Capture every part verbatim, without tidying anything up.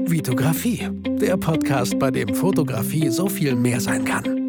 Vitografie, der Podcast, bei dem Fotografie so viel mehr sein kann.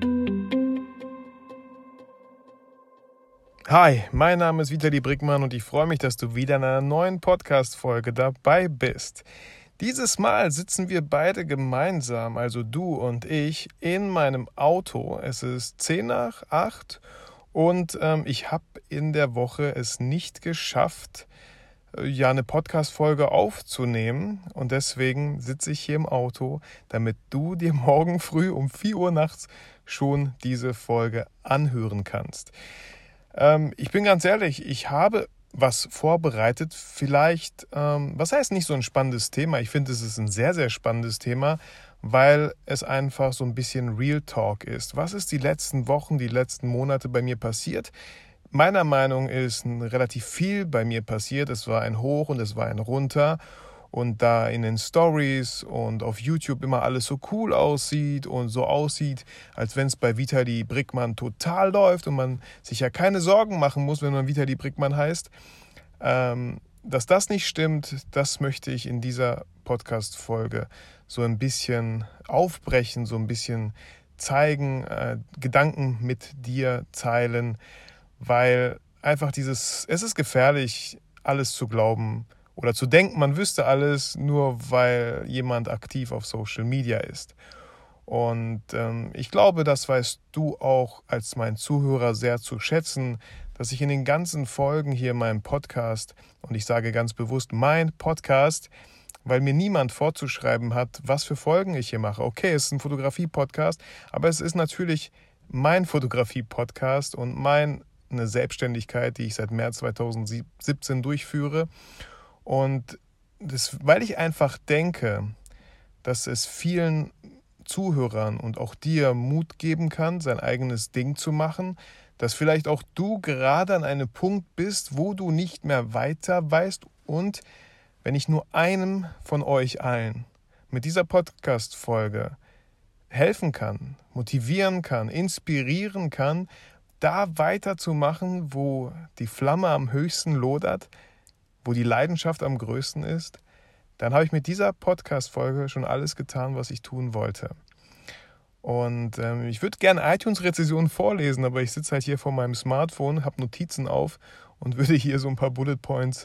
Hi, mein Name ist Vitali Brickmann und ich freue mich, dass du wieder in einer neuen Podcast-Folge dabei bist. Dieses Mal sitzen wir beide gemeinsam, also du und ich, in meinem Auto. Es ist zehn nach acht und ähm, ich habe in der Woche es nicht geschafft, äh, ja eine Podcast-Folge aufzunehmen. Und deswegen sitze ich hier im Auto, damit du dir morgen früh um vier Uhr nachts schon diese Folge anhören kannst. Ähm, ich bin ganz ehrlich, ich habe was vorbereitet, vielleicht, ähm, was heißt nicht so ein spannendes Thema? Ich finde, es ist ein sehr, sehr spannendes Thema, weil es einfach so ein bisschen Real Talk ist. Was ist die letzten Wochen, die letzten Monate bei mir passiert? Meiner Meinung nach ist relativ viel bei mir passiert. Es war ein Hoch und es war ein Runter. Und da in den Stories und auf YouTube immer alles so cool aussieht und so aussieht, als wenn es bei Vitali Brickmann total läuft und man sich ja keine Sorgen machen muss, wenn man Vitali Brickmann heißt, ähm, dass das nicht stimmt, das möchte ich in dieser Podcast-Folge so ein bisschen aufbrechen, so ein bisschen zeigen, äh, Gedanken mit dir teilen, weil einfach dieses, es ist gefährlich, alles zu glauben, oder zu denken, man wüsste alles, nur weil jemand aktiv auf Social Media ist. Und ähm, ich glaube, das weißt du auch als mein Zuhörer sehr zu schätzen, dass ich in den ganzen Folgen hier in meinem Podcast, und ich sage ganz bewusst mein Podcast, weil mir niemand vorzuschreiben hat, was für Folgen ich hier mache. Okay, es ist ein Fotografie-Podcast, aber es ist natürlich mein Fotografie-Podcast und meine Selbstständigkeit, die ich seit März zweitausendsiebzehn durchführe. Und das, weil ich einfach denke, dass es vielen Zuhörern und auch dir Mut geben kann, sein eigenes Ding zu machen, dass vielleicht auch du gerade an einem Punkt bist, wo du nicht mehr weiter weißt und wenn ich nur einem von euch allen mit dieser Podcast-Folge helfen kann, motivieren kann, inspirieren kann, da weiterzumachen, wo die Flamme am höchsten lodert, wo die Leidenschaft am größten ist, dann habe ich mit dieser Podcast-Folge schon alles getan, was ich tun wollte. Und ähm, ich würde gerne iTunes-Rezensionen vorlesen, aber ich sitze halt hier vor meinem Smartphone, habe Notizen auf und würde hier so ein paar Bullet Points,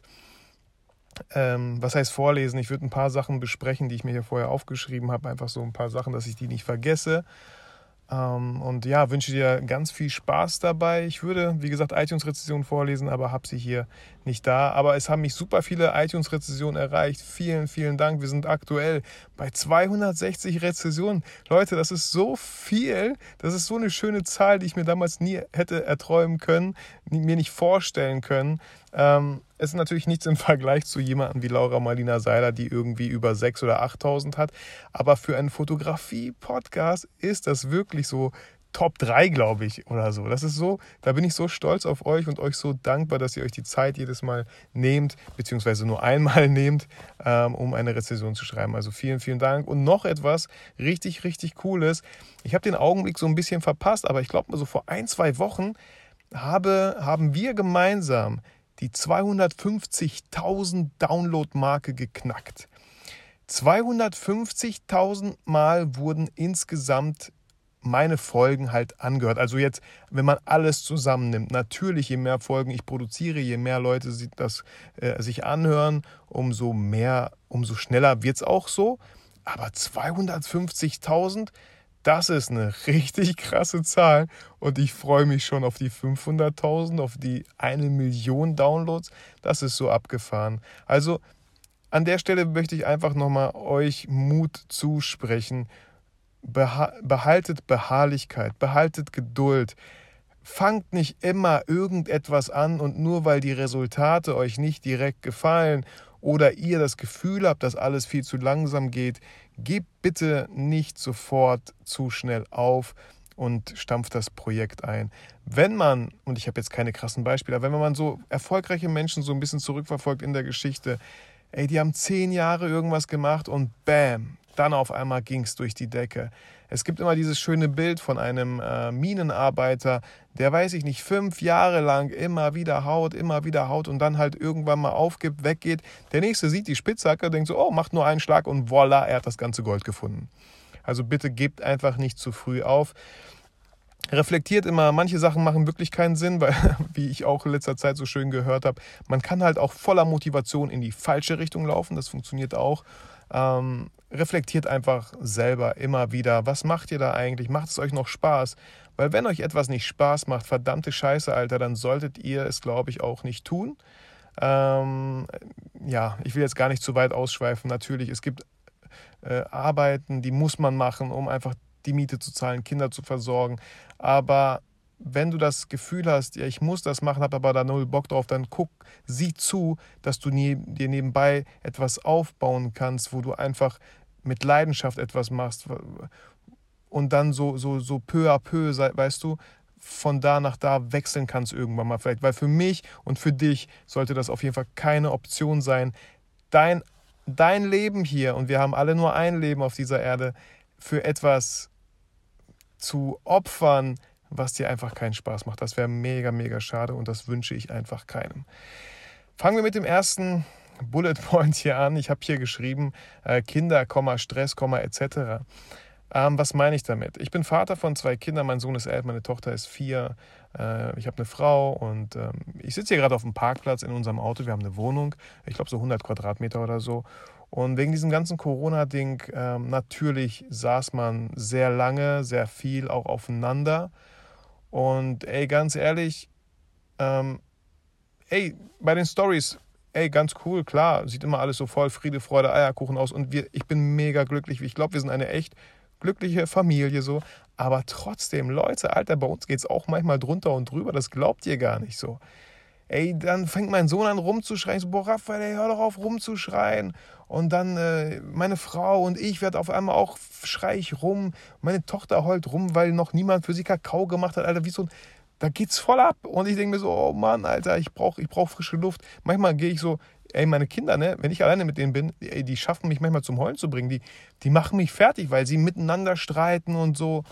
ähm, was heißt vorlesen? Ich würde ein paar Sachen besprechen, die ich mir hier vorher aufgeschrieben habe, einfach so ein paar Sachen, dass ich die nicht vergesse. Um, und ja, wünsche dir ganz viel Spaß dabei. Ich würde, wie gesagt, iTunes-Rezensionen vorlesen, aber habe sie hier nicht da. Aber es haben mich super viele iTunes-Rezensionen erreicht. Vielen, vielen Dank. Wir sind aktuell bei zweihundertsechzig Rezensionen. Leute, das ist so viel. Das ist so eine schöne Zahl, die ich mir damals nie hätte erträumen können, mir nicht vorstellen können. Ähm, es ist natürlich nichts im Vergleich zu jemandem wie Laura Marlina Seiler, die irgendwie über sechstausend oder achttausend hat. Aber für einen Fotografie-Podcast ist das wirklich so Top drei, glaube ich, oder so. Das ist so, da bin ich so stolz auf euch und euch so dankbar, dass ihr euch die Zeit jedes Mal nehmt, beziehungsweise nur einmal nehmt, ähm, um eine Rezension zu schreiben. Also vielen, vielen Dank. Und noch etwas richtig, richtig Cooles. Ich habe den Augenblick so ein bisschen verpasst, aber ich glaube, so vor ein, zwei Wochen habe, haben wir gemeinsam die zweihundertfünfzigtausend Download-Marke geknackt. zweihundertfünfzigtausend Mal wurden insgesamt meine Folgen halt angehört. Also jetzt, wenn man alles zusammennimmt, natürlich, je mehr Folgen ich produziere, je mehr Leute das äh, sich anhören, umso mehr, umso schneller wird es auch so. Aber zweihundertfünfzigtausend, das ist eine richtig krasse Zahl und ich freue mich schon auf die fünfhunderttausend, auf die eine Million Downloads. Das ist so abgefahren. Also an der Stelle möchte ich einfach nochmal euch Mut zusprechen. Beha- behaltet Beharrlichkeit, behaltet Geduld. Fangt nicht immer irgendetwas an und nur weil die Resultate euch nicht direkt gefallen oder ihr das Gefühl habt, dass alles viel zu langsam geht, gebt bitte nicht sofort zu schnell auf und stampft das Projekt ein. Wenn man, und ich habe jetzt keine krassen Beispiele, aber wenn man so erfolgreiche Menschen so ein bisschen zurückverfolgt in der Geschichte, ey, die haben zehn Jahre irgendwas gemacht und bam, dann auf einmal ging es durch die Decke. Es gibt immer dieses schöne Bild von einem äh, Minenarbeiter, der, weiß ich nicht, fünf Jahre lang immer wieder haut, immer wieder haut und dann halt irgendwann mal aufgibt, weggeht. Der Nächste sieht die Spitzhacke, denkt so, oh, macht nur einen Schlag und voila, er hat das ganze Gold gefunden. Also bitte gebt einfach nicht zu früh auf. Reflektiert immer, manche Sachen machen wirklich keinen Sinn, weil, wie ich auch in letzter Zeit so schön gehört habe, man kann halt auch voller Motivation in die falsche Richtung laufen, das funktioniert auch. Ähm, reflektiert einfach selber immer wieder, was macht ihr da eigentlich, macht es euch noch Spaß? Weil wenn euch etwas nicht Spaß macht, verdammte Scheiße, Alter, dann solltet ihr es, glaube ich, auch nicht tun. Ähm, ja, ich will jetzt gar nicht zu weit ausschweifen, natürlich, es gibt äh, Arbeiten, die muss man machen, um einfach die Miete zu zahlen, Kinder zu versorgen. Aber wenn du das Gefühl hast, ja, ich muss das machen, habe aber da null Bock drauf, dann guck, sieh zu, dass du nie, dir nebenbei etwas aufbauen kannst, wo du einfach mit Leidenschaft etwas machst und dann so, so, so peu à peu, weißt du, von da nach da wechseln kannst irgendwann mal vielleicht. Weil für mich und für dich sollte das auf jeden Fall keine Option sein. Dein, dein Leben hier, und wir haben alle nur ein Leben auf dieser Erde, für etwas zu opfern, was dir einfach keinen Spaß macht. Das wäre mega, mega schade und das wünsche ich einfach keinem. Fangen wir mit dem ersten Bullet Point hier an. Ich habe hier geschrieben, äh, Kinder, Stress, et cetera. Ähm, was meine ich damit? Ich bin Vater von zwei Kindern, mein Sohn ist elf, meine Tochter ist vier. Äh, ich habe eine Frau und ähm, ich sitze hier gerade auf dem Parkplatz in unserem Auto. Wir haben eine Wohnung, ich glaube so hundert Quadratmeter oder so. Und wegen diesem ganzen Corona-Ding, ähm, natürlich saß man sehr lange, sehr viel auch aufeinander. Und ey, ganz ehrlich, ähm, ey, bei den Stories, ey, ganz cool, klar, sieht immer alles so voll Friede, Freude, Eierkuchen aus. Und wir, ich bin mega glücklich. Ich glaube, wir sind eine echt glückliche Familie so. Aber trotzdem, Leute, Alter, bei uns geht es auch manchmal drunter und drüber. Das glaubt ihr gar nicht so. Ey, dann fängt mein Sohn an rumzuschreien. So, boah, Raphael, ey, hör doch auf rumzuschreien. Und dann äh, meine Frau und ich werden auf einmal auch, schrei ich rum. Meine Tochter heult rum, weil noch niemand für sie Kakao gemacht hat. Alter, wie so ein, da geht's voll ab. Und ich denke mir so, oh Mann, Alter, ich brauche ich brauch frische Luft. Manchmal gehe ich so, ey, meine Kinder, ne, wenn ich alleine mit denen bin, ey, die schaffen mich manchmal zum Heulen zu bringen. Die, die machen mich fertig, weil sie miteinander streiten und so.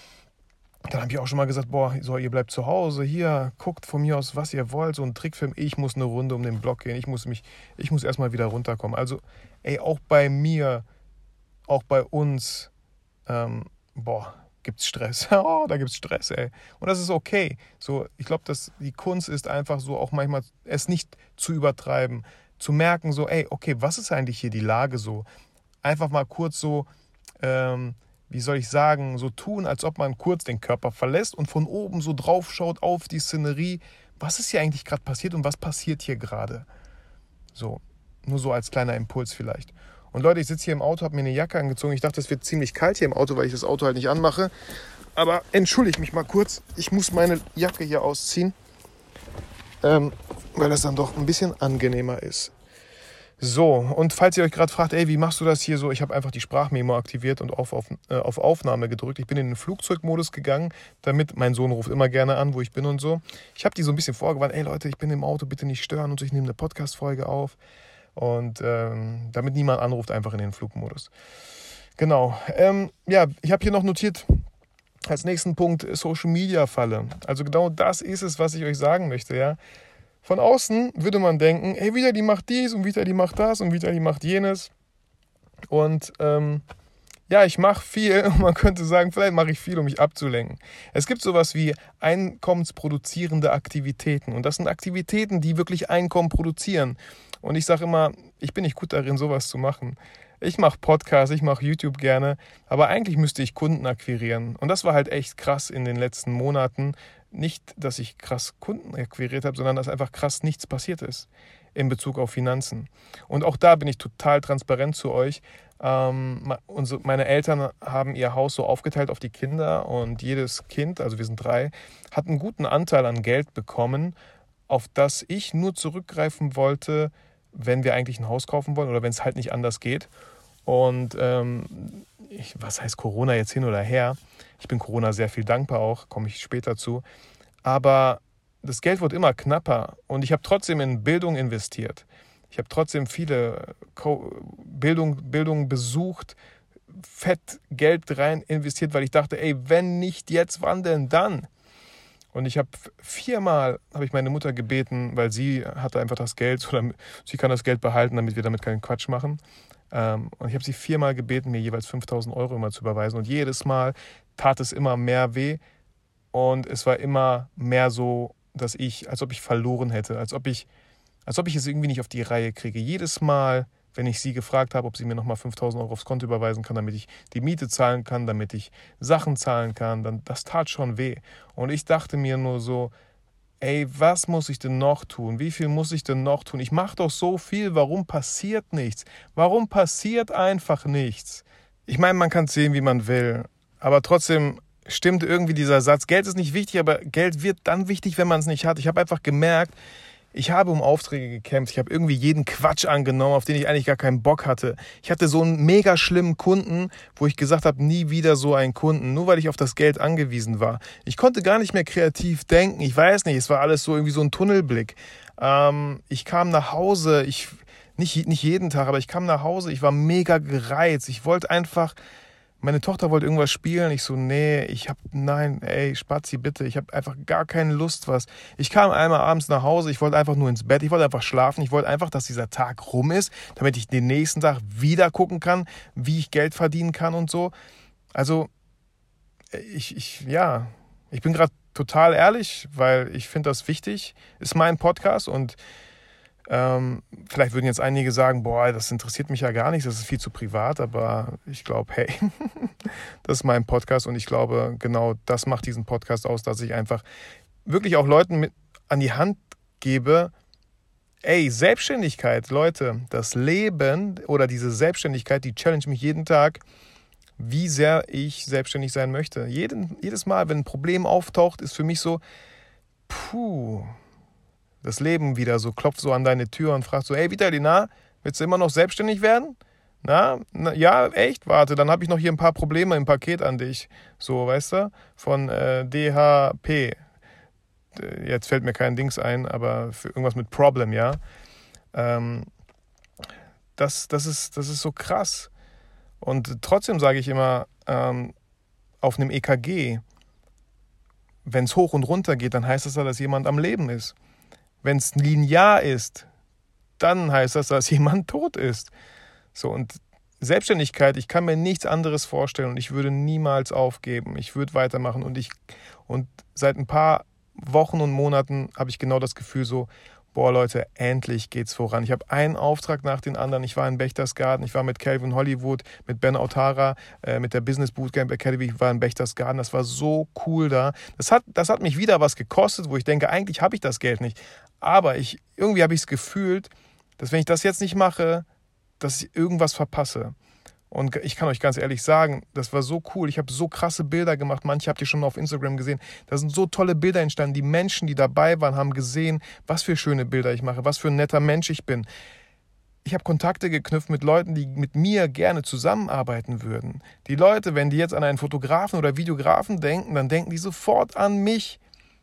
Dann habe ich auch schon mal gesagt, boah, so, ihr bleibt zu Hause, hier, guckt von mir aus, was ihr wollt, so ein Trickfilm, ich muss eine Runde um den Block gehen, ich muss mich, ich muss erstmal wieder runterkommen. Also, ey, auch bei mir, auch bei uns, ähm, boah, gibt's Stress. Oh, da gibt's Stress, ey. Und das ist okay. So, ich glaube, dass die Kunst ist einfach so auch manchmal, es nicht zu übertreiben, zu merken so, ey, okay, was ist eigentlich hier die Lage so? Einfach mal kurz so, ähm, wie soll ich sagen, so tun, als ob man kurz den Körper verlässt und von oben so drauf schaut auf die Szenerie. Was ist hier eigentlich gerade passiert und was passiert hier gerade? So, nur so als kleiner Impuls vielleicht. Und Leute, ich sitze hier im Auto, habe mir eine Jacke angezogen. Ich dachte, es wird ziemlich kalt hier im Auto, weil ich das Auto halt nicht anmache. Aber entschuldigt mich mal kurz, ich muss meine Jacke hier ausziehen, ähm, weil das dann doch ein bisschen angenehmer ist. So, und falls ihr euch gerade fragt, ey, wie machst du das hier so? Ich habe einfach die Sprachmemo aktiviert und auf, auf, äh, auf Aufnahme gedrückt. Ich bin in den Flugzeugmodus gegangen, damit mein Sohn ruft immer gerne an, wo ich bin und so. Ich habe die so ein bisschen vorgewarnt, ey Leute, ich bin im Auto, bitte nicht stören und so, ich nehme eine Podcast-Folge auf. Und ähm, damit niemand anruft, einfach in den Flugmodus. Genau, ähm, ja, ich habe hier noch notiert, als nächsten Punkt Social-Media-Falle. Also genau das ist es, was ich euch sagen möchte, ja. Von außen würde man denken, hey, wieder die macht dies und wieder die macht das und wieder die macht jenes. Und ähm, ja, ich mache viel und man könnte sagen, vielleicht mache ich viel, um mich abzulenken. Es gibt sowas wie einkommensproduzierende Aktivitäten. Und das sind Aktivitäten, die wirklich Einkommen produzieren. Und ich sage immer, ich bin nicht gut darin, sowas zu machen. Ich mache Podcasts, ich mache YouTube gerne, aber eigentlich müsste ich Kunden akquirieren. Und das war halt echt krass in den letzten Monaten. Nicht, dass ich krass Kunden akquiriert habe, sondern dass einfach krass nichts passiert ist in Bezug auf Finanzen. Und auch da bin ich total transparent zu euch. Ähm, unsere, meine Eltern haben ihr Haus so aufgeteilt auf die Kinder und jedes Kind, also wir sind drei, hat einen guten Anteil an Geld bekommen, auf das ich nur zurückgreifen wollte, wenn wir eigentlich ein Haus kaufen wollen oder wenn es halt nicht anders geht. Und ähm, ich, was heißt Corona jetzt hin oder her? Ich bin Corona sehr viel dankbar auch, komme ich später zu. Aber das Geld wird immer knapper und ich habe trotzdem in Bildung investiert. Ich habe trotzdem viele Co- Bildung, Bildung besucht, fett Geld rein investiert, weil ich dachte, ey, wenn nicht jetzt, wann denn dann? Und ich habe viermal, habe ich meine Mutter gebeten, weil sie hatte einfach das Geld, so damit, sie kann das Geld behalten, damit wir damit keinen Quatsch machen. Ähm, und ich habe sie viermal gebeten, mir jeweils fünftausend Euro immer zu überweisen. Und jedes Mal tat es immer mehr weh. Und es war immer mehr so, dass ich, als ob ich verloren hätte, als ob ich, als ob ich es irgendwie nicht auf die Reihe kriege. Jedes Mal, wenn ich sie gefragt habe, ob sie mir nochmal fünftausend Euro aufs Konto überweisen kann, damit ich die Miete zahlen kann, damit ich Sachen zahlen kann, dann das tat schon weh. Und ich dachte mir nur so, ey, was muss ich denn noch tun? Wie viel muss ich denn noch tun? Ich mache doch so viel, warum passiert nichts? Warum passiert einfach nichts? Ich meine, man kann es sehen, wie man will, aber trotzdem stimmt irgendwie dieser Satz, Geld ist nicht wichtig, aber Geld wird dann wichtig, wenn man es nicht hat. Ich habe einfach gemerkt, ich habe um Aufträge gekämpft. Ich habe irgendwie jeden Quatsch angenommen, auf den ich eigentlich gar keinen Bock hatte. Ich hatte so einen mega schlimmen Kunden, wo ich gesagt habe, nie wieder so einen Kunden, nur weil ich auf das Geld angewiesen war. Ich konnte gar nicht mehr kreativ denken. Ich weiß nicht, es war alles so irgendwie so ein Tunnelblick. Ähm, ich kam nach Hause, ich nicht, nicht jeden Tag, aber ich kam nach Hause, ich war mega gereizt. Ich wollte einfach... Meine Tochter wollte irgendwas spielen. Ich so, nee, ich hab, nein, ey, Spazi, bitte. Ich habe einfach gar keine Lust, was. Ich kam einmal abends nach Hause. Ich wollte einfach nur ins Bett. Ich wollte einfach schlafen. Ich wollte einfach, dass dieser Tag rum ist, damit ich den nächsten Tag wieder gucken kann, wie ich Geld verdienen kann und so. Also, ich, ich ja, ich bin gerade total ehrlich, weil ich finde das wichtig. Ist mein Podcast und Ähm, vielleicht würden jetzt einige sagen, boah, das interessiert mich ja gar nicht, das ist viel zu privat, aber ich glaube, hey, das ist mein Podcast und ich glaube, genau das macht diesen Podcast aus, dass ich einfach wirklich auch Leuten mit an die Hand gebe, ey, Selbstständigkeit, Leute, das Leben oder diese Selbstständigkeit, die challenge mich jeden Tag, wie sehr ich selbstständig sein möchte. Jeden, jedes Mal, wenn ein Problem auftaucht, ist für mich so, puh, das Leben wieder so, klopft so an deine Tür und fragt so, hey Vitali, na, willst du immer noch selbstständig werden? Na, na ja, echt? Warte, dann habe ich noch hier ein paar Probleme im Paket an dich. So, weißt du, von äh, D H P. Jetzt fällt mir kein Dings ein, aber für irgendwas mit Problem, ja. Ähm, das, das, ist, das ist so krass. Und trotzdem sage ich immer, ähm, auf einem E K G, wenn es hoch und runter geht, dann heißt das ja, dass jemand am Leben ist. Wenn es linear ist, dann heißt das, dass jemand tot ist. So, und Selbstständigkeit, ich kann mir nichts anderes vorstellen und ich würde niemals aufgeben. Ich würde weitermachen und ich und seit ein paar Wochen und Monaten habe ich genau das Gefühl so, boah Leute, endlich geht's voran. Ich habe einen Auftrag nach den anderen. Ich war in Berchtesgaden, ich war mit Calvin Hollywood, mit Ben Autara, äh, mit der Business Bootcamp Academy, ich war in Berchtesgaden. Das war so cool da. Das hat, das hat mich wieder was gekostet, wo ich denke, eigentlich habe ich das Geld nicht. Aber ich, irgendwie habe ich es gefühlt, dass wenn ich das jetzt nicht mache, dass ich irgendwas verpasse. Und ich kann euch ganz ehrlich sagen, das war so cool. Ich habe so krasse Bilder gemacht. Manche habt ihr schon auf Instagram gesehen. Da sind so tolle Bilder entstanden. Die Menschen, die dabei waren, haben gesehen, was für schöne Bilder ich mache, was für ein netter Mensch ich bin. Ich habe Kontakte geknüpft mit Leuten, die mit mir gerne zusammenarbeiten würden. Die Leute, wenn die jetzt an einen Fotografen oder Videografen denken, dann denken die sofort an mich.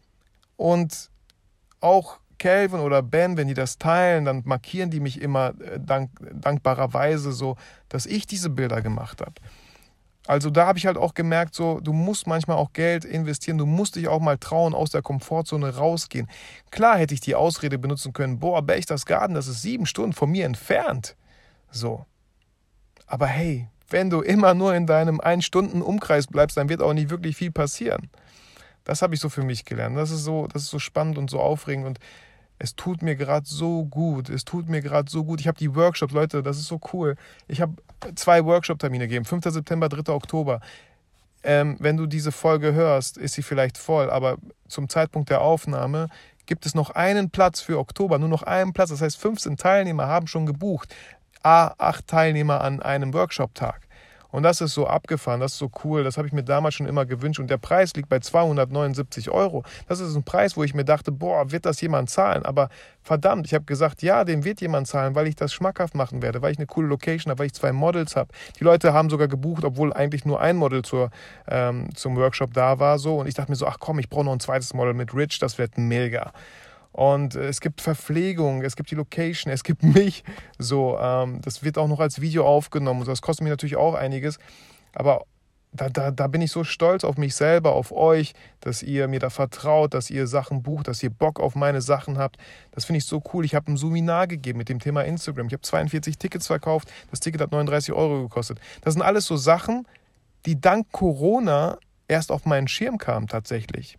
Und auch Calvin oder Ben, wenn die das teilen, dann markieren die mich immer dank, dankbarerweise so, dass ich diese Bilder gemacht habe. Also da habe ich halt auch gemerkt, so, du musst manchmal auch Geld investieren, du musst dich auch mal trauen, aus der Komfortzone rausgehen. Klar hätte ich die Ausrede benutzen können, boah, Berchtesgaden, das ist sieben Stunden von mir entfernt. So. Aber hey, wenn du immer nur in deinem ein-Stunden-Umkreis bleibst, dann wird auch nicht wirklich viel passieren. Das habe ich so für mich gelernt. Das ist so, das ist so spannend und so aufregend und es tut mir gerade so gut. Es tut mir gerade so gut. Ich habe die Workshops, Leute, das ist so cool. Ich habe zwei Workshop-Termine gegeben, fünfter September, dritter Oktober. Ähm, wenn du diese Folge hörst, ist sie vielleicht voll, aber zum Zeitpunkt der Aufnahme gibt es noch einen Platz für Oktober, nur noch einen Platz. Das heißt, fünfzehn Teilnehmer haben schon gebucht. A, acht Teilnehmer an einem Workshop-Tag. Und das ist so abgefahren, das ist so cool, das habe ich mir damals schon immer gewünscht. Und der Preis liegt bei zweihundertneunundsiebzig Euro. Das ist ein Preis, wo ich mir dachte, boah, wird das jemand zahlen? Aber verdammt, ich habe gesagt, ja, den wird jemand zahlen, weil ich das schmackhaft machen werde, weil ich eine coole Location habe, weil ich zwei Models habe. Die Leute haben sogar gebucht, obwohl eigentlich nur ein Model zur, ähm, zum Workshop da war. So. Und ich dachte mir so, ach komm, ich brauche noch ein zweites Model mit Rich, das wird mega. Und es gibt Verpflegung, es gibt die Location, es gibt mich. So, ähm, das wird auch noch als Video aufgenommen. Das kostet mir natürlich auch einiges. Aber da, da, da bin ich so stolz auf mich selber, auf euch, dass ihr mir da vertraut, dass ihr Sachen bucht, dass ihr Bock auf meine Sachen habt. Das finde ich so cool. Ich habe ein Seminar gegeben mit dem Thema Instagram. Ich habe zweiundvierzig Tickets verkauft. Das Ticket hat neununddreißig Euro gekostet. Das sind alles so Sachen, die dank Corona erst auf meinen Schirm kamen tatsächlich.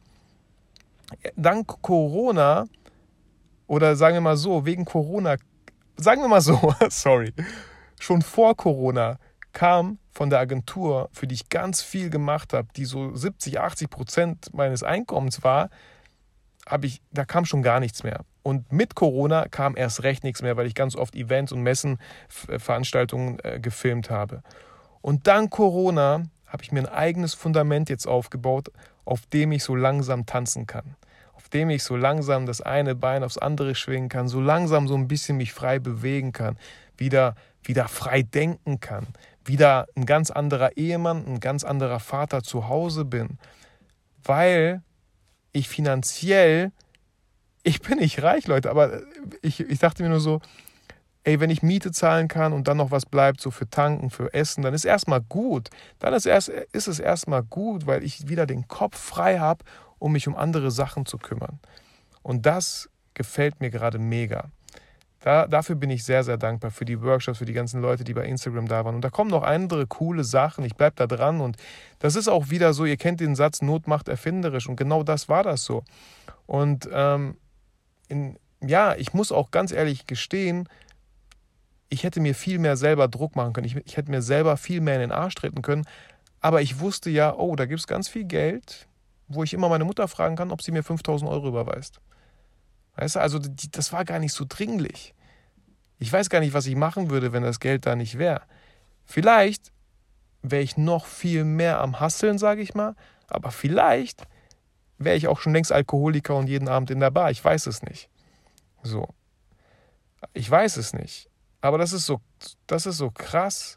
Dank Corona, oder sagen wir mal so, wegen Corona, sagen wir mal so, sorry, schon vor Corona kam von der Agentur, für die ich ganz viel gemacht habe, die so siebzig, achtzig Prozent meines Einkommens war, habe ich, da kam schon gar nichts mehr. Und mit Corona kam erst recht nichts mehr, weil ich ganz oft Events und Messen, Veranstaltungen äh, gefilmt habe. Und dank Corona habe ich mir ein eigenes Fundament jetzt aufgebaut, auf dem ich so langsam tanzen kann. Auf dem ich so langsam das eine Bein aufs andere schwingen kann, so langsam so ein bisschen mich frei bewegen kann, wieder, wieder frei denken kann, wieder ein ganz anderer Ehemann, ein ganz anderer Vater zu Hause bin, weil ich finanziell, ich bin nicht reich, Leute, aber ich, ich dachte mir nur so, ey, wenn ich Miete zahlen kann und dann noch was bleibt, so für Tanken, für Essen, dann ist erstmal gut. Dann ist, erst, ist es erstmal gut, weil ich wieder den Kopf frei habe, um mich um andere Sachen zu kümmern. Und das gefällt mir gerade mega. Da, dafür bin ich sehr, sehr dankbar für die Workshops, für die ganzen Leute, die bei Instagram da waren. Und da kommen noch andere coole Sachen. Ich bleibe da dran. Und das ist auch wieder so, ihr kennt den Satz, Not macht erfinderisch. Und genau das war das so. Und ähm, in, ja, ich muss auch ganz ehrlich gestehen, ich hätte mir viel mehr selber Druck machen können. Ich, ich hätte mir selber viel mehr in den Arsch treten können. Aber ich wusste ja, oh, da gibt es ganz viel Geld, wo ich immer meine Mutter fragen kann, ob sie mir fünftausend Euro überweist. Weißt du, also die, das war gar nicht so dringlich. Ich weiß gar nicht, was ich machen würde, wenn das Geld da nicht wäre. Vielleicht wäre ich noch viel mehr am Hasseln, sage ich mal. Aber vielleicht wäre ich auch schon längst Alkoholiker und jeden Abend in der Bar. Ich weiß es nicht. So. Ich weiß es nicht. Aber das ist so, das ist so krass.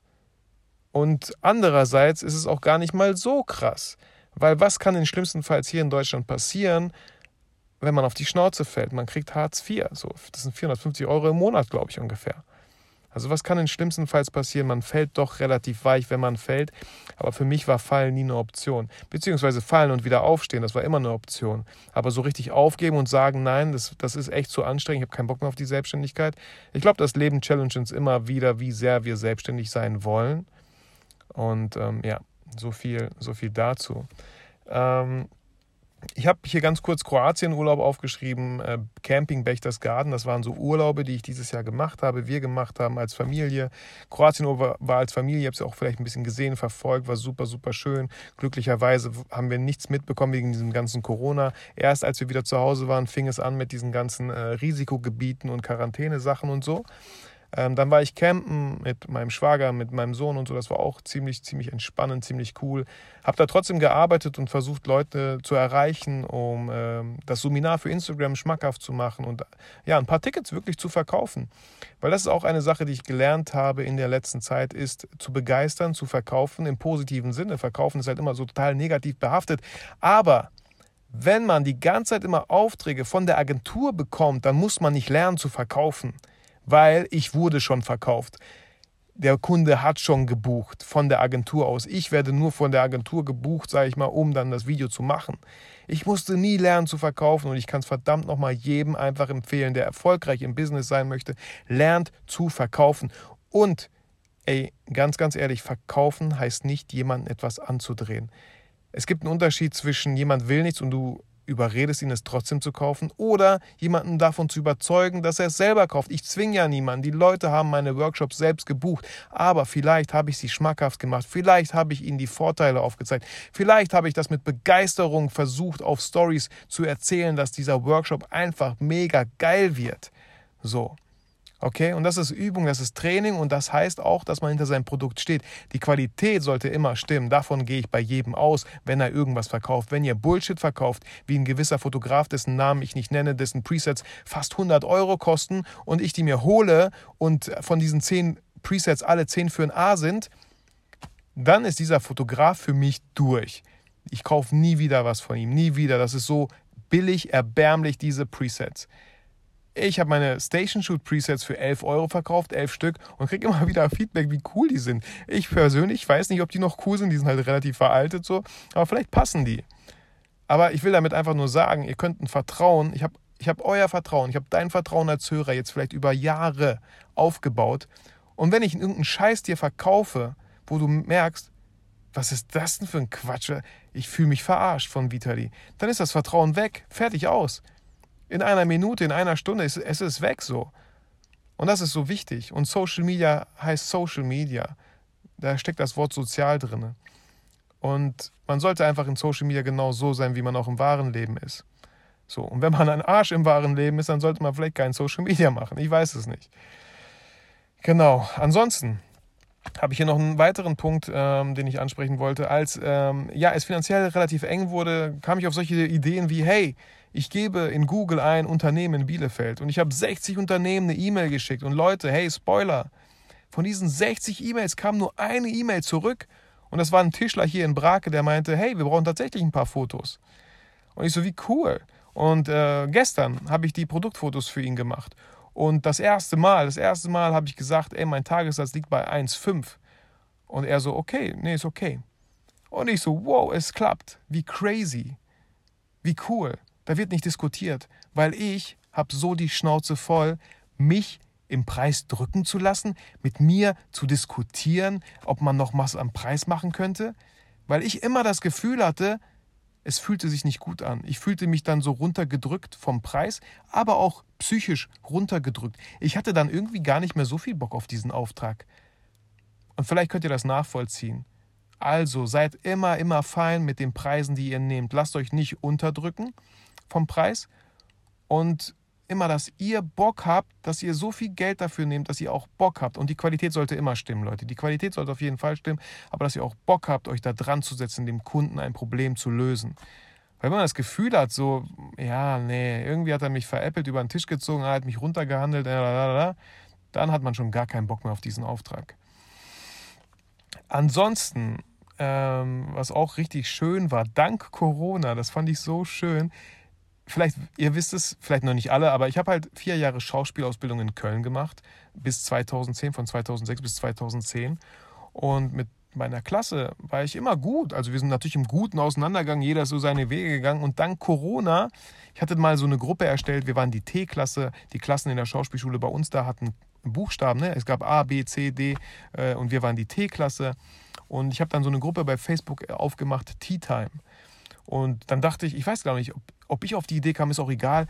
Und andererseits ist es auch gar nicht mal so krass. Weil was kann in schlimmsten Fall hier in Deutschland passieren, wenn man auf die Schnauze fällt? Man kriegt Hartz vier. So, das sind vierhundertfünfzig Euro im Monat, glaube ich, ungefähr. Also was kann in schlimmsten Fall passieren? Man fällt doch relativ weich, wenn man fällt. Aber für mich war Fallen nie eine Option. Beziehungsweise fallen und wieder aufstehen, das war immer eine Option. Aber so richtig aufgeben und sagen, nein, das, das ist echt zu anstrengend, ich habe keinen Bock mehr auf die Selbstständigkeit. Ich glaube, das Leben challenge uns immer wieder, wie sehr wir selbstständig sein wollen. Und ähm, ja, so viel, so viel dazu. Ähm, Ich habe hier ganz kurz Kroatien-Urlaub aufgeschrieben, äh, Camping Berchtesgaden, das waren so Urlaube, die ich dieses Jahr gemacht habe, wir gemacht haben als Familie. Kroatien-Urlaub war als Familie, ihr habt es ja auch vielleicht ein bisschen gesehen, verfolgt, war super, super schön. Glücklicherweise haben wir nichts mitbekommen wegen diesem ganzen Corona. Erst als wir wieder zu Hause waren, fing es an mit diesen ganzen äh, Risikogebieten und Quarantänesachen und so. Ähm, dann war ich campen mit meinem Schwager, mit meinem Sohn und so. Das war auch ziemlich, ziemlich entspannend, ziemlich cool. Habe da trotzdem gearbeitet und versucht, Leute zu erreichen, um ähm, das Seminar für Instagram schmackhaft zu machen und ja, ein paar Tickets wirklich zu verkaufen. Weil das ist auch eine Sache, die ich gelernt habe in der letzten Zeit, ist zu begeistern, zu verkaufen im positiven Sinne. Verkaufen ist halt immer so total negativ behaftet. Aber wenn man die ganze Zeit immer Aufträge von der Agentur bekommt, dann muss man nicht lernen zu verkaufen. Weil ich wurde schon verkauft. Der Kunde hat schon gebucht von der Agentur aus. Ich werde nur von der Agentur gebucht, sage ich mal, um dann das Video zu machen. Ich musste nie lernen zu verkaufen und ich kann es verdammt nochmal jedem einfach empfehlen, der erfolgreich im Business sein möchte, lernt zu verkaufen. Und, ey, ganz, ganz ehrlich, verkaufen heißt nicht, jemandem etwas anzudrehen. Es gibt einen Unterschied zwischen jemand will nichts und du überredest ihn, es trotzdem zu kaufen, oder jemanden davon zu überzeugen, dass er es selber kauft. Ich zwinge ja niemanden. Die Leute haben meine Workshops selbst gebucht, aber vielleicht habe ich sie schmackhaft gemacht, vielleicht habe ich ihnen die Vorteile aufgezeigt, vielleicht habe ich das mit Begeisterung versucht, auf Stories zu erzählen, dass dieser Workshop einfach mega geil wird. So. Okay, und das ist Übung, das ist Training und das heißt auch, dass man hinter seinem Produkt steht. Die Qualität sollte immer stimmen. Davon gehe ich bei jedem aus, wenn er irgendwas verkauft. Wenn ihr Bullshit verkauft, wie ein gewisser Fotograf, dessen Namen ich nicht nenne, dessen Presets fast hundert Euro kosten und ich die mir hole und von diesen zehn Presets alle zehn für ein A sind, dann ist dieser Fotograf für mich durch. Ich kaufe nie wieder was von ihm, nie wieder. Das ist so billig, erbärmlich, diese Presets. Ich habe meine Station Shoot Presets für elf Euro verkauft, elf Stück, und kriege immer wieder Feedback, wie cool die sind. Ich persönlich weiß nicht, ob die noch cool sind, die sind halt relativ veraltet so, aber vielleicht passen die. Aber ich will damit einfach nur sagen, ihr könnt ein Vertrauen, ich habe ich hab euer Vertrauen, ich habe dein Vertrauen als Hörer jetzt vielleicht über Jahre aufgebaut, und wenn ich irgendeinen Scheiß dir verkaufe, wo du merkst, was ist das denn für ein Quatsch, ich fühle mich verarscht von Vitali, dann ist das Vertrauen weg, fertig, aus. In einer Minute, in einer Stunde, ist, es ist weg so. Und das ist so wichtig. Und Social Media heißt Social Media. Da steckt das Wort sozial drin. Und man sollte einfach in Social Media genau so sein, wie man auch im wahren Leben ist. So. Und wenn man ein Arsch im wahren Leben ist, dann sollte man vielleicht kein Social Media machen. Ich weiß es nicht. Genau. Ansonsten habe ich hier noch einen weiteren Punkt, ähm, den ich ansprechen wollte. Als ähm, ja, es finanziell relativ eng wurde, kam ich auf solche Ideen wie, hey, ich gebe in Google ein Unternehmen in Bielefeld und ich habe sechzig Unternehmen eine E-Mail geschickt. Und Leute, hey, Spoiler, von diesen sechzig E-Mails kam nur eine E-Mail zurück. Und das war ein Tischler hier in Brake, der meinte, hey, wir brauchen tatsächlich ein paar Fotos. Und ich so, wie cool. Und äh, gestern habe ich die Produktfotos für ihn gemacht. Und das erste Mal, das erste Mal habe ich gesagt, ey, mein Tagessatz liegt bei eins Komma fünf. Und er so, okay, nee, ist okay. Und ich so, wow, es klappt. Wie crazy. Wie cool. Da wird nicht diskutiert, weil ich habe so die Schnauze voll, mich im Preis drücken zu lassen, mit mir zu diskutieren, ob man noch was am Preis machen könnte, weil ich immer das Gefühl hatte, es fühlte sich nicht gut an. Ich fühlte mich dann so runtergedrückt vom Preis, aber auch psychisch runtergedrückt. Ich hatte dann irgendwie gar nicht mehr so viel Bock auf diesen Auftrag. Und vielleicht könnt ihr das nachvollziehen. Also seid immer, immer fein mit den Preisen, die ihr nehmt. Lasst euch nicht unterdrücken vom Preis und immer, dass ihr Bock habt, dass ihr so viel Geld dafür nehmt, dass ihr auch Bock habt. Und die Qualität sollte immer stimmen, Leute. Die Qualität sollte auf jeden Fall stimmen, aber dass ihr auch Bock habt, euch da dran zu setzen, dem Kunden ein Problem zu lösen. Weil wenn man das Gefühl hat, so, ja, nee, irgendwie hat er mich veräppelt, über den Tisch gezogen, er hat mich runtergehandelt, dann hat man schon gar keinen Bock mehr auf diesen Auftrag. Ansonsten, ähm, was auch richtig schön war, dank Corona, das fand ich so schön. Vielleicht, ihr wisst es, vielleicht noch nicht alle, aber ich habe halt vier Jahre Schauspielausbildung in Köln gemacht, bis zweitausendzehn, von zweitausendsechs bis zweitausendzehn. Und mit meiner Klasse war ich immer gut. Also wir sind natürlich im Guten auseinandergegangen, jeder ist so seine Wege gegangen. Und dank Corona, ich hatte mal so eine Gruppe erstellt, wir waren die T-Klasse, die Klassen in der Schauspielschule bei uns da hatten Buchstaben, ne? Es gab A, B, C, D äh, und wir waren die T-Klasse. Und ich habe dann so eine Gruppe bei Facebook aufgemacht, Tea Time. Und dann dachte ich, ich weiß gar nicht, ob, ob ich auf die Idee kam, ist auch egal.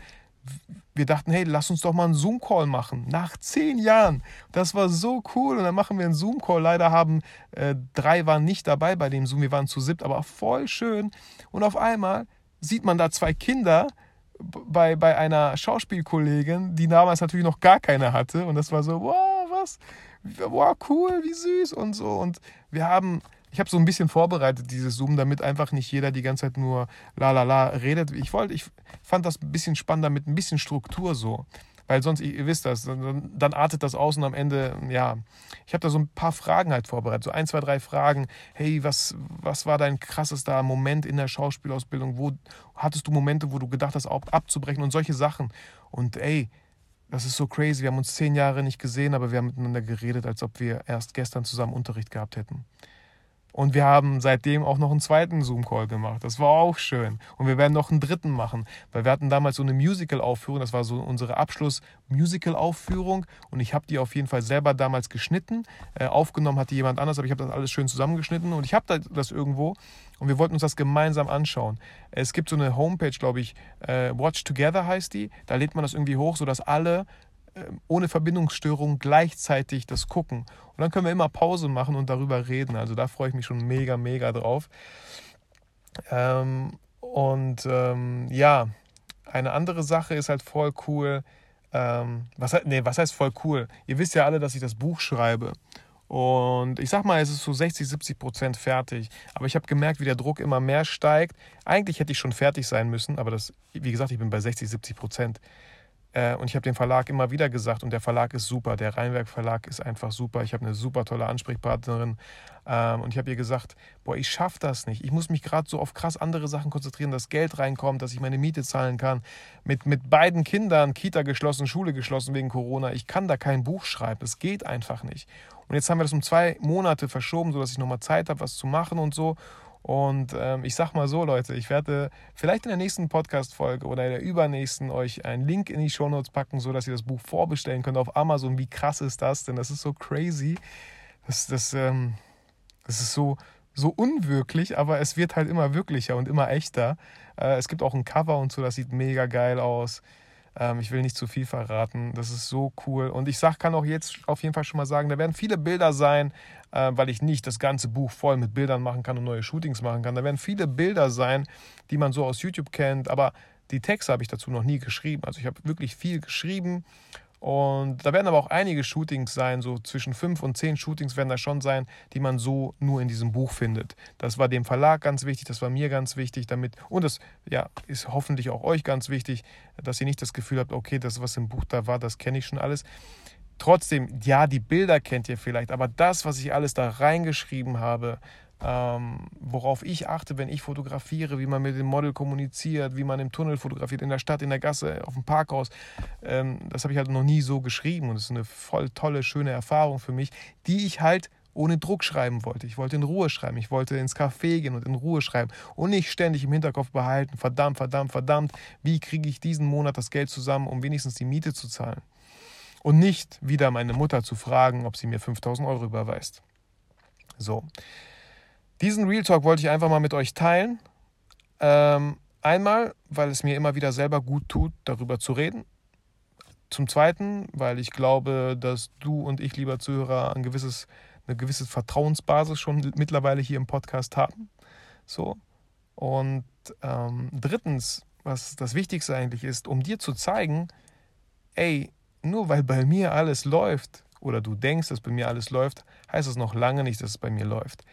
Wir dachten, hey, lass uns doch mal einen Zoom-Call machen. Nach zehn Jahren. Das war so cool. Und dann machen wir einen Zoom-Call. Leider haben äh, drei waren nicht dabei bei dem Zoom. Wir waren zu siebt, aber voll schön. Und auf einmal sieht man da zwei Kinder bei, bei einer Schauspielkollegin, die damals natürlich noch gar keine hatte. Und das war so, wow, was? Wow, cool, wie süß und so. Und wir haben... Ich habe so ein bisschen vorbereitet, dieses Zoom, damit einfach nicht jeder die ganze Zeit nur la la la redet. Ich wollte, ich fand das ein bisschen spannender mit ein bisschen Struktur so. Weil sonst, ihr wisst das, dann, dann artet das aus und am Ende, ja, ich habe da so ein paar Fragen halt vorbereitet. So ein, zwei, drei Fragen. Hey, was, was war dein krassester Moment in der Schauspielausbildung? Wo hattest du Momente, wo du gedacht hast, abzubrechen und solche Sachen? Und ey, das ist so crazy. Wir haben uns zehn Jahre nicht gesehen, aber wir haben miteinander geredet, als ob wir erst gestern zusammen Unterricht gehabt hätten. Und wir haben seitdem auch noch einen zweiten Zoom-Call gemacht. Das war auch schön. Und wir werden noch einen dritten machen. Weil wir hatten damals so eine Musical-Aufführung. Das war so unsere Abschluss-Musical-Aufführung. Und ich habe die auf jeden Fall selber damals geschnitten. Äh, aufgenommen hatte jemand anders, aber ich habe das alles schön zusammengeschnitten. Und ich habe das irgendwo. Und wir wollten uns das gemeinsam anschauen. Es gibt so eine Homepage, glaube ich, äh, Watch Together heißt die. Da lädt man das irgendwie hoch, sodass alle ohne Verbindungsstörung gleichzeitig das gucken. Und dann können wir immer Pause machen und darüber reden. Also da freue ich mich schon mega, mega drauf. Ähm, und ähm, ja, eine andere Sache ist halt voll cool. Ähm, was, nee, was heißt voll cool? Ihr wisst ja alle, dass ich das Buch schreibe. Und ich sag mal, es ist so sechzig, siebzig Prozent fertig. Aber ich habe gemerkt, wie der Druck immer mehr steigt. Eigentlich hätte ich schon fertig sein müssen, aber das, wie gesagt, ich bin bei sechzig, siebzig Prozent. Äh, und ich habe dem Verlag immer wieder gesagt, und der Verlag ist super, der Rheinwerk Verlag ist einfach super. Ich habe eine super tolle Ansprechpartnerin. Ähm, und ich habe ihr gesagt, boah, ich schaffe das nicht. Ich muss mich gerade so auf krass andere Sachen konzentrieren, dass Geld reinkommt, dass ich meine Miete zahlen kann. Mit, mit beiden Kindern, Kita geschlossen, Schule geschlossen wegen Corona. Ich kann da kein Buch schreiben. Es geht einfach nicht. Und jetzt haben wir das um zwei Monate verschoben, sodass ich nochmal Zeit habe, was zu machen und so. Und ähm, ich sag mal so, Leute, ich werde vielleicht in der nächsten Podcast-Folge oder in der übernächsten euch einen Link in die Shownotes packen, sodass ihr das Buch vorbestellen könnt auf Amazon. Wie krass ist das denn? Das ist so crazy. Das, das, ähm, das ist so, so unwirklich, aber es wird halt immer wirklicher und immer echter. Äh, es gibt auch ein Cover und so, das sieht mega geil aus. Ähm, ich will nicht zu viel verraten. Das ist so cool. Und ich sag, kann auch jetzt auf jeden Fall schon mal sagen, da werden viele Bilder sein, äh, weil ich nicht das ganze Buch voll mit Bildern machen kann und neue Shootings machen kann. Da werden viele Bilder sein, die man so aus YouTube kennt. Aber die Texte habe ich dazu noch nie geschrieben. Also ich habe wirklich viel geschrieben. Und da werden aber auch einige Shootings sein, so zwischen fünf und zehn Shootings werden da schon sein, die man so nur in diesem Buch findet. Das war dem Verlag ganz wichtig, das war mir ganz wichtig, damit, und das ja, ist hoffentlich auch euch ganz wichtig, dass ihr nicht das Gefühl habt, okay, das, was im Buch da war, das kenne ich schon alles. Trotzdem, ja, die Bilder kennt ihr vielleicht, aber das, was ich alles da reingeschrieben habe, Ähm, worauf ich achte, wenn ich fotografiere, wie man mit dem Model kommuniziert, wie man im Tunnel fotografiert, in der Stadt, in der Gasse, auf dem Parkhaus. Ähm, das habe ich halt noch nie so geschrieben und das ist eine voll tolle, schöne Erfahrung für mich, die ich halt ohne Druck schreiben wollte. Ich wollte in Ruhe schreiben, ich wollte ins Café gehen und in Ruhe schreiben und nicht ständig im Hinterkopf behalten, verdammt, verdammt, verdammt, wie kriege ich diesen Monat das Geld zusammen, um wenigstens die Miete zu zahlen. Und nicht wieder meine Mutter zu fragen, ob sie mir fünftausend Euro überweist. So. Diesen Real Talk wollte ich einfach mal mit euch teilen. Ähm, einmal, weil es mir immer wieder selber gut tut, darüber zu reden. Zum Zweiten, weil ich glaube, dass du und ich, lieber Zuhörer, ein gewisses, eine gewisse Vertrauensbasis schon mittlerweile hier im Podcast haben. So. Und ähm, drittens, was das Wichtigste eigentlich ist, um dir zu zeigen, ey, nur weil bei mir alles läuft oder du denkst, dass bei mir alles läuft, heißt es noch lange nicht, dass es bei mir läuft.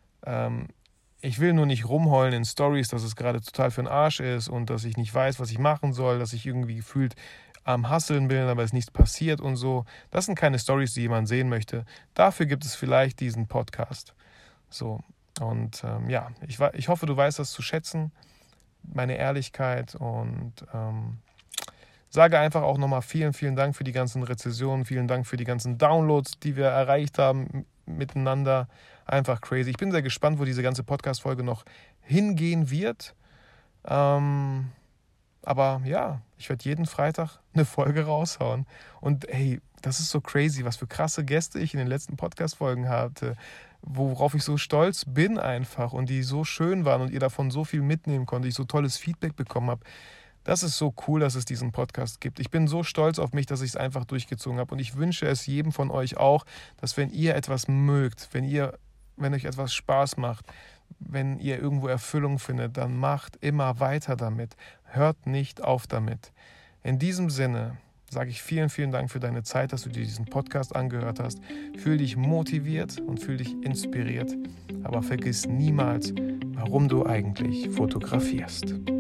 Ich will nur nicht rumheulen in Stories, dass es gerade total für den Arsch ist und dass ich nicht weiß, was ich machen soll, dass ich irgendwie gefühlt am Hasseln bin, aber es nichts passiert und so. Das sind keine Stories, die jemand sehen möchte. Dafür gibt es vielleicht diesen Podcast. So, und ähm, ja, ich, ich hoffe, du weißt das zu schätzen, meine Ehrlichkeit, und ähm, sage einfach auch nochmal vielen, vielen Dank für die ganzen Rezensionen, vielen Dank für die ganzen Downloads, die wir erreicht haben miteinander. Einfach crazy. Ich bin sehr gespannt, wo diese ganze Podcast-Folge noch hingehen wird. Ähm, aber ja, ich werde jeden Freitag eine Folge raushauen. Und hey, das ist so crazy, was für krasse Gäste ich in den letzten Podcast-Folgen hatte, worauf ich so stolz bin einfach und die so schön waren und ihr davon so viel mitnehmen konntet, ich so tolles Feedback bekommen habe. Das ist so cool, dass es diesen Podcast gibt. Ich bin so stolz auf mich, dass ich es einfach durchgezogen habe. Und ich wünsche es jedem von euch auch, dass wenn ihr etwas mögt, wenn ihr, wenn euch etwas Spaß macht, wenn ihr irgendwo Erfüllung findet, dann macht immer weiter damit. Hört nicht auf damit. In diesem Sinne sage ich vielen, vielen Dank für deine Zeit, dass du dir diesen Podcast angehört hast. Fühl dich motiviert und fühl dich inspiriert. Aber vergiss niemals, warum du eigentlich fotografierst.